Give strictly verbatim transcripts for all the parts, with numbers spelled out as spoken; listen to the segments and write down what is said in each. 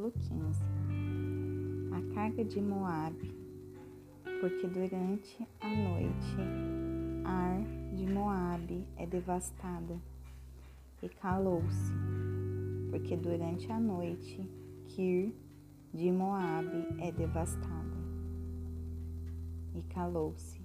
Capítulo quinze. A carga de Moabe. Porque durante a noite Ar de Moabe é devastada e calou-se. Porque durante a noite Kir de Moabe é devastada e calou-se.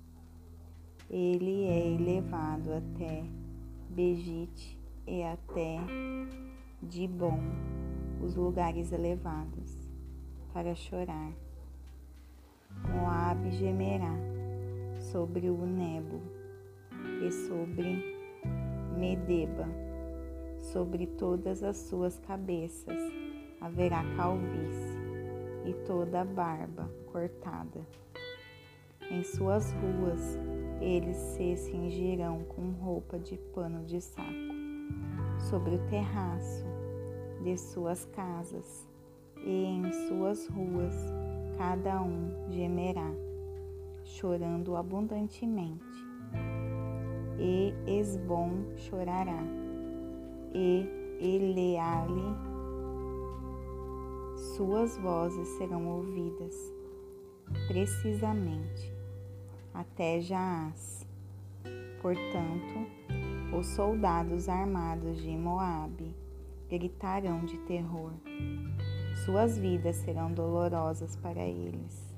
Ele é elevado até Begite e até Dibom, os lugares elevados, para chorar. Moabe gemerá sobre o Nebo e sobre Medeba, sobre todas as suas cabeças haverá calvície e toda a barba cortada. Em suas ruas eles se cingirão com roupa de pano de saco. Sobre o terraço de suas casas e em suas ruas cada um gemerá, chorando abundantemente. E Esbom chorará, e Eleale, suas vozes serão ouvidas, precisamente, até Jaaz. Portanto, os soldados armados de Moabe gritarão de terror. Suas vidas serão dolorosas para eles.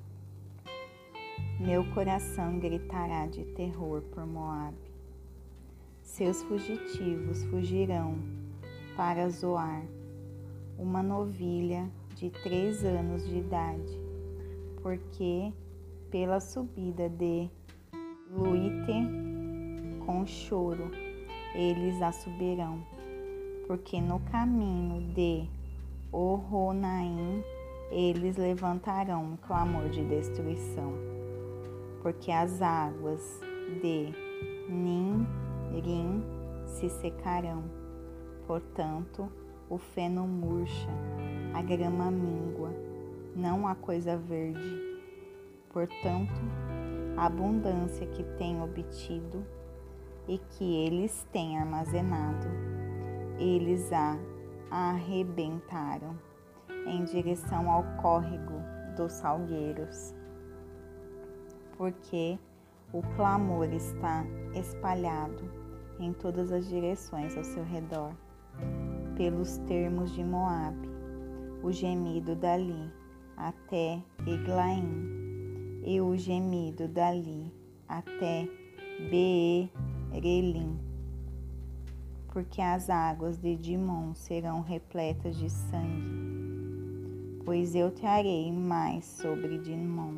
Meu coração gritará de terror por Moabe. Seus fugitivos fugirão para Zoar, uma novilha de três anos de idade, porque pela subida de Luite com choro eles a subirão, porque no caminho de Horonaim eles levantarão um clamor de destruição, porque as águas de Nimrim se secarão, portanto o feno murcha, a grama míngua, não há coisa verde. Portanto, a abundância que têm obtido e que eles têm armazenado, eles a arrebentaram em direção ao córrego dos salgueiros, porque o clamor está espalhado em todas as direções ao seu redor, pelos termos de Moabe, o gemido dali até Eglaim, e o gemido dali até Beerelim, porque as águas de Dimon serão repletas de sangue, pois eu trarei mais sobre Dimon,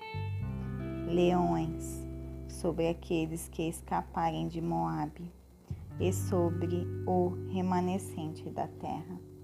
leões sobre aqueles que escaparem de Moabe, e sobre o remanescente da terra.